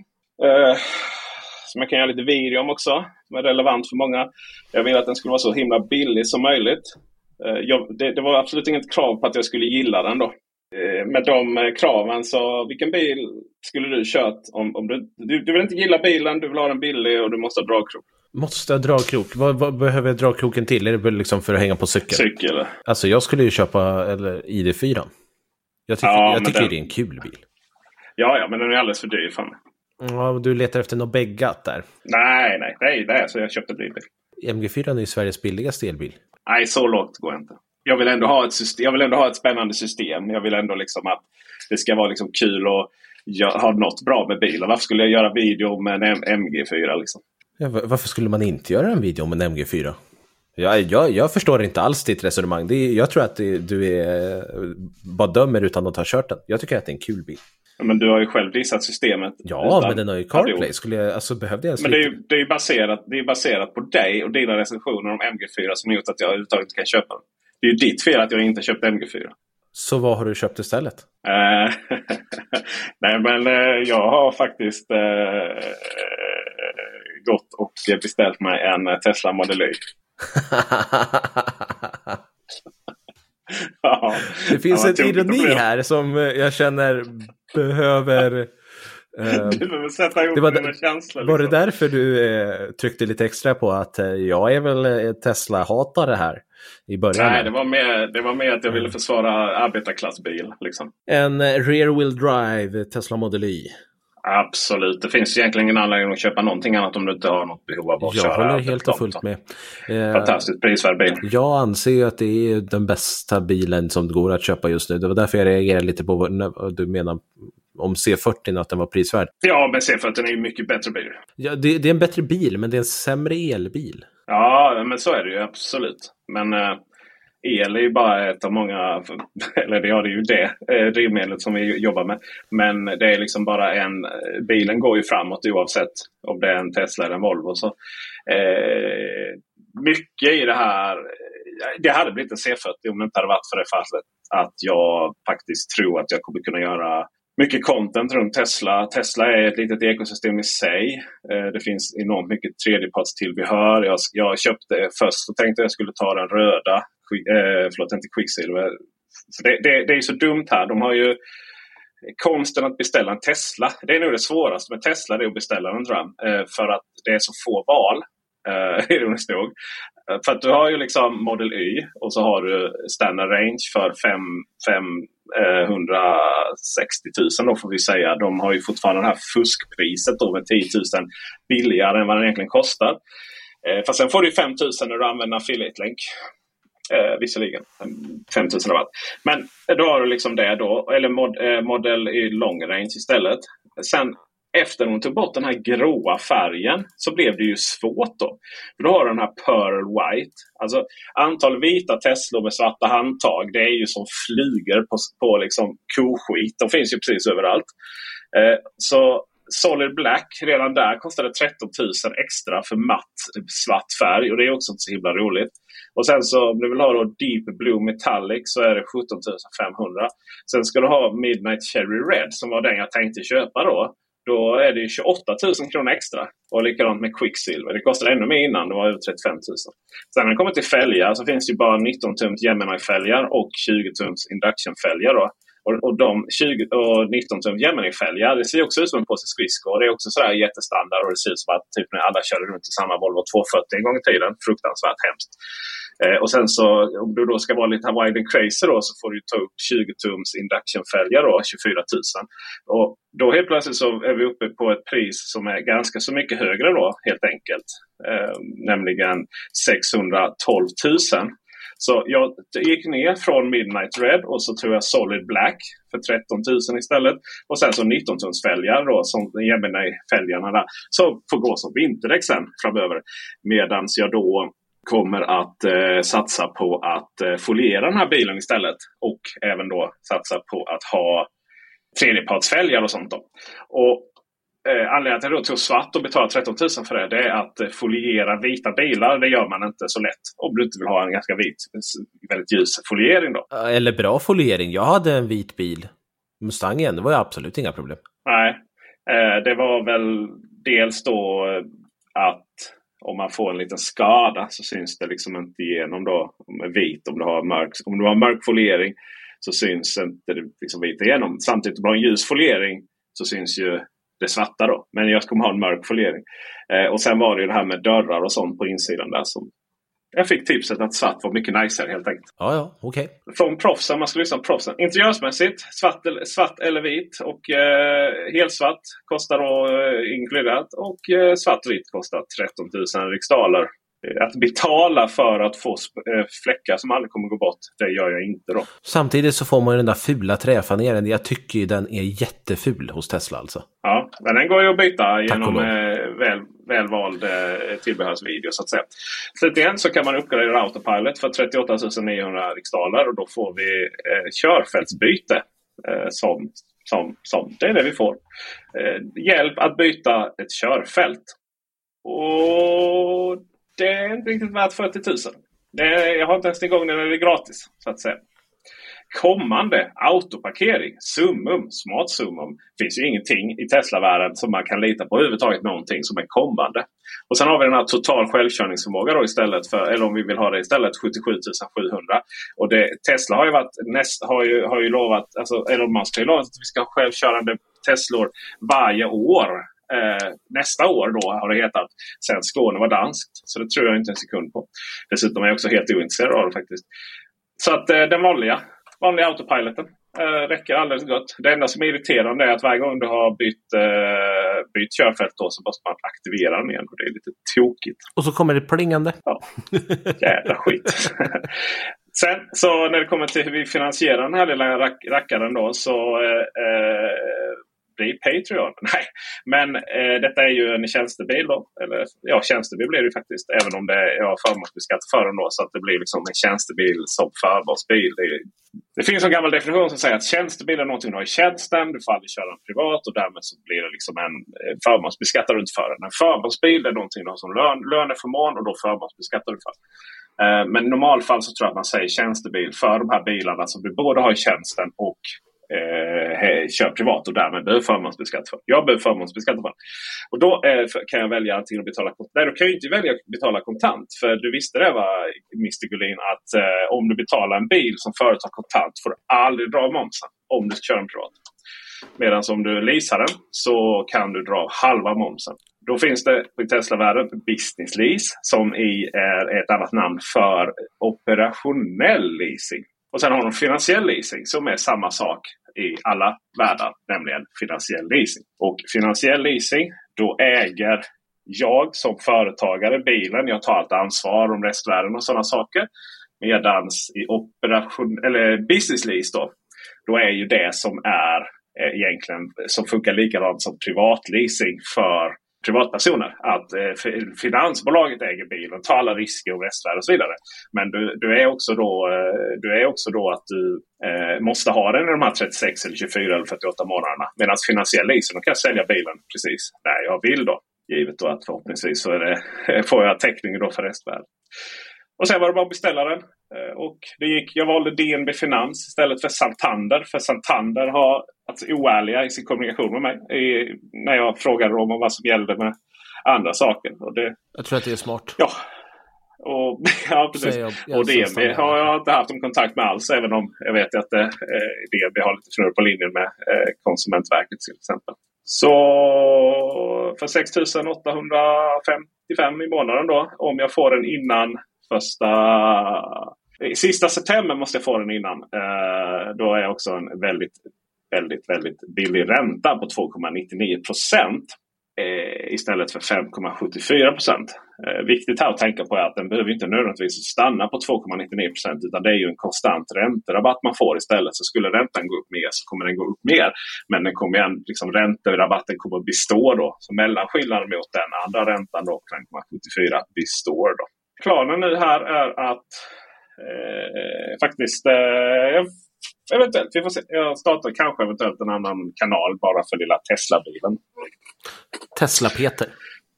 Som jag kan göra lite video om också. Som är relevant för många. Jag vill att den skulle vara så himla billig som möjligt. Det var absolut inget krav på att jag skulle gilla den då. Med de kraven så vilken bil skulle du kört om du vill inte gilla bilen, du vill ha den billig och du måste ha dragkrok. Måste ha dragkrok? Vad behöver jag dragkroken till? Är det väl liksom för att hänga på cykel? Alltså jag skulle ju köpa ID4. Jag tycker det är en kul bil. Ja, men den är alldeles för dyr fan. Ja, du letar efter något bäggat där. Nej, så jag köpte bil. MG4 är ju Sveriges billigaste elbil. Nej, så lågt går jag inte. Jag vill ändå ha ett system. Jag vill ändå ha ett spännande system. Jag vill ändå liksom att det ska vara liksom kul och ha något bra med bilen. Varför skulle jag göra video med en MG4 liksom? Ja, varför skulle man inte göra en video om en MG4? Jag förstår inte alls ditt resonemang. Jag tror att du bara dömer utan att ha kört den. Jag tycker att det är en kul bil. Men du har ju själv dissat systemet. Ja, men den har ju CarPlay. Behövde jag men det är ju baserat på dig och dina recensioner om MG4 som har gjort att jag överhuvudtaget inte kan köpa den. Det är ju ditt fel att jag inte köpt MG4. Så vad har du köpt istället? Nej, men jag har faktiskt gått och beställt mig en Tesla Model Y. Ja, det finns en ironi här som jag känner behöver Du behöver sätta ihop dina känslor. Var det därför du tryckte lite extra på att jag är väl Tesla-hatare här i början? Nej, det var mer att jag ville försvara arbetarklassbil. Liksom. En rear-wheel drive Tesla Model Y. Absolut, det finns egentligen ingen anledning att köpa någonting annat om du inte har något behov av att köra. Jag håller helt och fullt med. Fantastiskt prisvärd bil. Jag anser ju att det är den bästa bilen som det går att köpa just nu. Det var därför jag reagerade lite på vad du menar om C40, att den var prisvärd. Ja, men C40 är ju mycket bättre bil. Ja, det är en bättre bil, men det är en sämre elbil. Ja, men så är det ju absolut. Men el är ju bara ett av många, eller det är ju det drivmedlet som vi jobbar med. Men det är liksom bara bilen går ju framåt oavsett om det är en Tesla eller en Volvo. Så, mycket i det här, det hade blivit en C40 om det inte hade varit för det fallet att jag faktiskt tror att jag kommer kunna göra mycket content runt Tesla. Tesla är ett litet ekosystem i sig. Det finns enormt mycket tredjepartstillbehör. Jag köpte först och tänkte jag skulle ta den röda. Inte Quicksilver. För det är ju så dumt här. De har ju konsten att beställa en Tesla. Det är nog det svåraste med Tesla, det är att beställa en dröm. För att det är så få val. Ironiskt nog. För att du har ju liksom Model Y och så har du standard range för 160 000 då får vi säga. De har ju fortfarande det här fuskpriset då med 10 000 billigare än vad den egentligen kostar. Fast sen får du 5 000 när du använder affiliate-länk. Visserligen 5 000 rabatt. Men då har du liksom det då. Eller modell i long range istället. Sen efter de tog bort den här gråa färgen så blev det ju svårt då. För då har du den här pearl white. Alltså antal vita Tesla med svarta handtag. Det är ju som flyger på liksom koskit. De finns ju precis överallt. Så Solid Black redan där kostade 13 000 extra för matt svart färg. Och det är också inte så himla roligt. Och sen så om du vill ha då Deep Blue Metallic så är det 17 500. Sen ska du ha Midnight Cherry Red som var den jag tänkte köpa då. Då är det 28 000 kronor extra. Och likadant med Quicksilver. Det kostade ännu mer innan. Det var över 35 000. Sen när det kommer till fälgar så finns det ju bara 19-tums Gemini-fälgar och 20-tums Induction-fälgar då. Och de 20 och 19-tums Gemini-fälgar, det ser också ut som en påse skridskor. Det är också sådär jättestandard och det ser ut som att typ när alla körde runt i samma Volvo 240 en gång i tiden. Fruktansvärt hemskt. Och sen så om du då ska vara lite wild and crazy då så får du ta upp 20-tums Induction-fälgar då, 24 000. Och då helt plötsligt så är vi uppe på ett pris som är ganska så mycket högre då helt enkelt. Nämligen 612 000. Så jag gick ner från Midnight Red och så tror jag Solid Black för 13 000 istället. Och sen så 19-tums fälgar då som Gemini-fälgarna där. Så får gå som vinterdäck sen framöver. Medans jag då kommer att satsa på att foliera den här bilen istället. Och även då satsa på att ha tredjepartsfälgar och sånt då. Och anledningen till att jag då tog svart och betalade 13 000 för det är att foliera vita bilar, det gör man inte så lätt. Om du inte vill ha en ganska vit, väldigt ljus foliering då. Eller bra foliering. Jag hade en vit bil. Mustangen, det var ju absolut inga problem. Nej, det var väl dels då att om man får en liten skada så syns det liksom inte igenom då med vit. Om du har mörk foliering så syns inte det liksom vit igenom. Samtidigt om du har en ljus foliering så syns ju det svarta då. Men jag kommer ha en mörk foliering. Och sen var det ju det här med dörrar och sånt på insidan där som jag fick tipset att svart var mycket nicer helt enkelt. Ja, okej. Från proffsen, man ska lyssna på proffsen. Interiörsmässigt, svart eller vit och helsvart kostar då inkluderat och svart och vit kostar 13 000 riksdaler. Att betala för att få fläckar som aldrig kommer gå bort, det gör jag inte då. Samtidigt så får man ju den där fula träfaneren. Jag tycker ju den är jätteful hos Tesla alltså. Ja, men den går ju att byta genom välvald tillbehörsvideo så att säga. Slutligen så kan man uppgradera Autopilot för 38 900 riksdaler och då får vi körfältsbyte som det är det vi får. Hjälp att byta ett körfält. Och det är inte riktigt värt 40 000. Jag har inte ens igång när det är gratis så att säga. Kommande autoparkering, smart summum. Finns ju ingenting i Tesla-världen som man kan lita på överhuvudtaget, någonting som är kommande. Och sen har vi den här total självkörningsförmåga då istället för, eller om vi vill ha det istället, 77 700. Och Tesla har ju varit har ju lovat, alltså Elon Musk har ju lovat att vi ska ha självkörande Teslor varje år. Nästa år då har det hetat sen Skåne var danskt. Så det tror jag inte en sekund på. Dessutom är jag också helt ointresserad av det faktiskt. Så att den vanliga autopiloten räcker alldeles gott. Det enda som är irriterande är att varje gång du har bytt körfält då, så måste man aktivera den igen. Och det är lite tokigt. Och så kommer det plingande. Ja, jävla skit. Sen så när det kommer till hur vi finansierar den här lilla rackaren då, så blir Patreon. Nej, men detta är ju en tjänstebil då. Eller ja, tjänstebil blir det ju faktiskt. Även om jag har förmånsbeskatt för den då. Så att det blir liksom en tjänstebil som förmånsbil. Det finns en gammal definition som säger att tjänstebil är någonting du har i tjänsten. Du får aldrig köra den privat. Och därmed så blir det liksom en förmånsbeskattar du inte för den. En förmånsbil är någonting du har som löneförmån. Och då förmånsbeskattar du för. Men i normalfall så tror jag att man säger tjänstebil för de här bilarna som du både har i tjänsten och kör privat och därmed behöver förmånsbeskatta för. Jag behöver förmånsbeskatta för. Och då kan jag välja antingen att betala kontant. Nej, då kan jag inte välja att betala kontant. För du visste det var Mr. Gullin att om du betalar en bil som företag kontant får du aldrig dra momsen om du ska köra en privat. Medan om du leasar den så kan du dra halva momsen. Då finns det i Tesla-världen business lease som är ett annat namn för operationell leasing. Och sen har de finansiell leasing som är samma sak i alla världar, nämligen finansiell leasing. Och finansiell leasing, då äger jag som företagare bilen, jag tar allt ansvar om restvärden och sådana saker. Medans i operation eller business lease då är ju det som är egentligen som funkar likadant som privatleasing för privatpersoner. Att finansbolaget äger bilen, tar alla risker och restvärde och så vidare. Men du är också då att du måste ha den i de här 36 eller 24 eller 48 månaderna. Medan finansiell leasing, då kan jag sälja bilen precis när jag vill då. Givet då att förhoppningsvis så får jag täckning då för restvärde. Och sen var det bara att beställa den. Och jag valde DNB Finans istället för Santander. För Santander har oärliga i sin kommunikation med mig. När jag frågade dem om vad som gällde med andra saker. Jag tror att det är smart. Ja. Ja, precis. Och DNB har jag inte haft en kontakt med alls. Även om jag vet att DNB har lite snurr på linjen med Konsumentverket till exempel. Så för 6 855 i månaden då. Om jag får den innan sista september måste jag få den innan. Då är också en väldigt, väldigt, väldigt billig ränta på 2,99% istället för 5,74%. Viktigt här att tänka på är att den behöver inte nödvändigtvis stanna på 2,99% utan det är ju en konstant ränterabatt man får istället. Så skulle räntan gå upp mer så kommer den gå upp mer. Men den kommer igen, liksom ränterabatten kommer att bestå då. Så mellanskillnaden mot den andra räntan då, 5,74 består då. Planen nu här är att faktiskt eventuellt, vi får se. Jag startar kanske eventuellt en annan kanal bara för lilla Tesla-bilen. Tesla-Peter.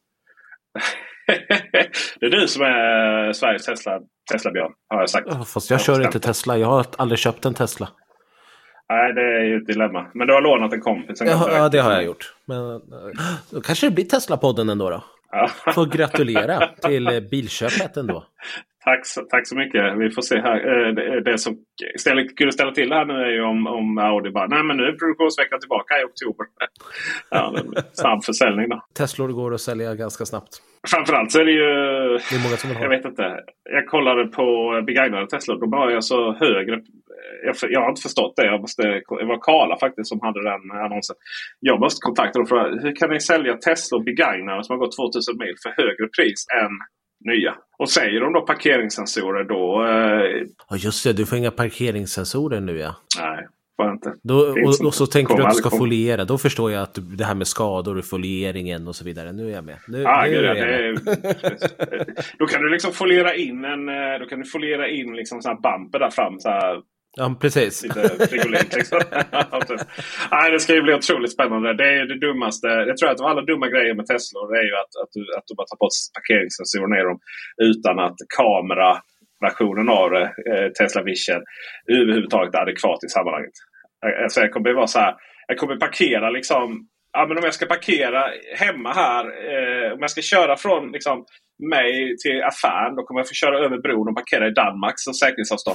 Det är du som är Sveriges Tesla-björn, har jag sagt. Fast jag kör inte Tesla, jag har aldrig köpt en Tesla. Nej, det är ju ett dilemma. Men du har lånat en kompis. Ja, det har jag gjort. Men då kanske det blir Tesla-podden ändå då. Ja. Får gratulera till bilköpet ändå. Tack så mycket. Vi får se här. Det som skulle ställa till här nu är ju om Audi bara, nej men nu är produktionsveckan tillbaka i oktober. Ja, det blir snabb försäljning då. Teslor går att sälja ganska snabbt. Framförallt så är det ju, det är många som vill ha. Jag vet inte. Jag kollade på begagnade Teslor, då var jag så högre. Jag har inte förstått det. Det var Karla faktiskt som hade den annonsen. Jag måste kontakta dem och fråga, hur kan ni sälja Teslor begagnade som har gått 2000 mil för högre pris än nya? Och säger de då parkeringssensorer då... Ja just det, du får inga parkeringssensorer nu ja. Nej, får inte. Och så tänker du att du ska foliera. Då förstår jag att det här med skador och folieringen och så vidare. Nu är jag med. Då kan du liksom foliera in liksom sån här bumper där fram så här. Ja, precis. Lite frigolint liksom. Nej, det ska ju bli otroligt spännande. Det är ju det dummaste. Jag tror att alla dumma grejer med Tesla det är ju att du bara tar bort parkeringssensorer ner dem utan att kamera versionen av det, Tesla Vision, överhuvudtaget adekvat i sammanhanget. Alltså jag kommer vara så här, jag kommer parkera liksom, ja men om jag ska parkera hemma här, om jag ska köra från liksom mig till affären, då kommer jag få köra över bron och parkera i Danmark som säkerhetsavstånd.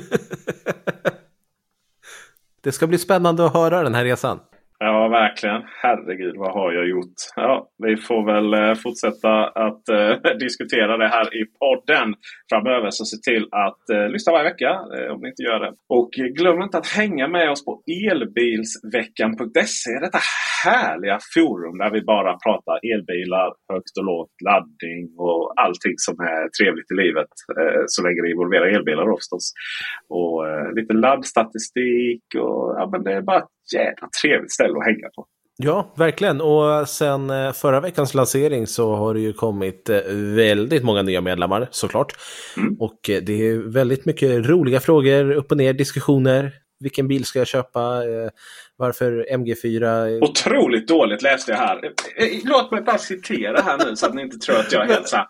Det ska bli spännande att höra den här resan. Ja, verkligen. Herregud, vad har jag gjort? Ja, vi får väl fortsätta att diskutera det här i podden framöver. Så se till att lyssna varje vecka om ni inte gör det. Och glöm inte att hänga med oss på elbilsveckan.se. Detta härliga forum där vi bara pratar elbilar, högt och lågt, laddning och allting som är trevligt i livet. Så länge det involverar elbilar då förstås. Och lite laddstatistik och ja, men det är bara jävla trevligt ställe att hänga på. Ja, verkligen. Och sen förra veckans lansering så har det ju kommit väldigt många nya medlemmar, såklart. Och det är väldigt mycket roliga frågor, upp och ner, diskussioner. Vilken bil ska jag köpa? Varför MG4? Otroligt dåligt läste jag här. Låt mig bara citera här nu så att ni inte tror att jag är helt så här.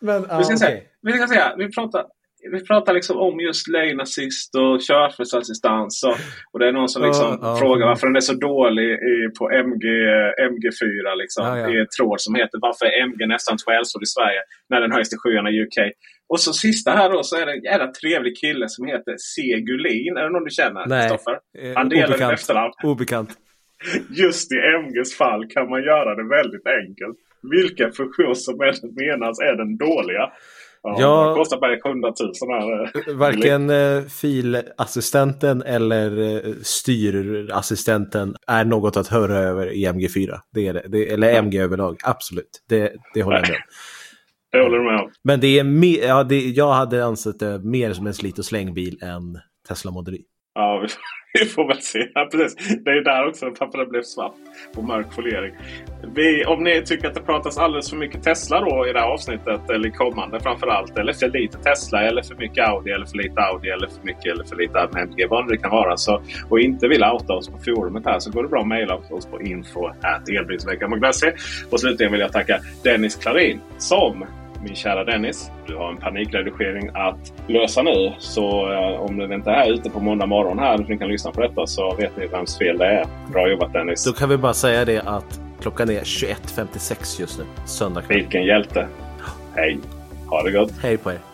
Vi pratar liksom om just lane assist och körfärdsassistans och det är någon som liksom frågar varför den är så dålig på MG4 liksom, i en tråd som heter varför är MG nästan skällsord i Sverige när den höjs till 7 i UK. Och så sista här då så är det en jävla trevlig kille som heter Segulin. Är det någon du känner, Kristoffer? Han delar det efternamn. Obekant. Just i MGs fall kan man göra det väldigt enkelt. Vilken funktion som menas är den dåliga? Ja, det kostar bara 100 000 här. Varken filassistenten eller styrassistenten är något att höra över i MG4. Det är det. Eller MG överlag, absolut. Det håller jag med om. Det håller du med om. Men det är jag hade ansett det mer som en slit- och slängbil än Tesla Model Y. Ja, vi får väl se. Ja, precis. Det är där också varför det blev svart och mörk folering. Om ni tycker att det pratas alldeles för mycket Tesla då i det här avsnittet eller kommande framförallt, eller för lite Tesla eller för mycket Audi eller för lite Audi eller för mycket eller för lite MG, vad det kan vara, så, och inte vill outa oss på forumet här, så går det bra att mejla oss på info@elbilsveckan.se. Och slutligen vill jag tacka Dennis Klarin som, min kära Dennis, du har en panikredigering att lösa nu. Så om du inte är ute på måndag morgon här och ni kan lyssna på detta, så vet ni vems fel det är. Bra jobbat, Dennis. Då kan vi bara säga det att klockan är 21:56 just nu, söndag kväll. Vilken hjälte. Hej, ha det gott. Hej på er.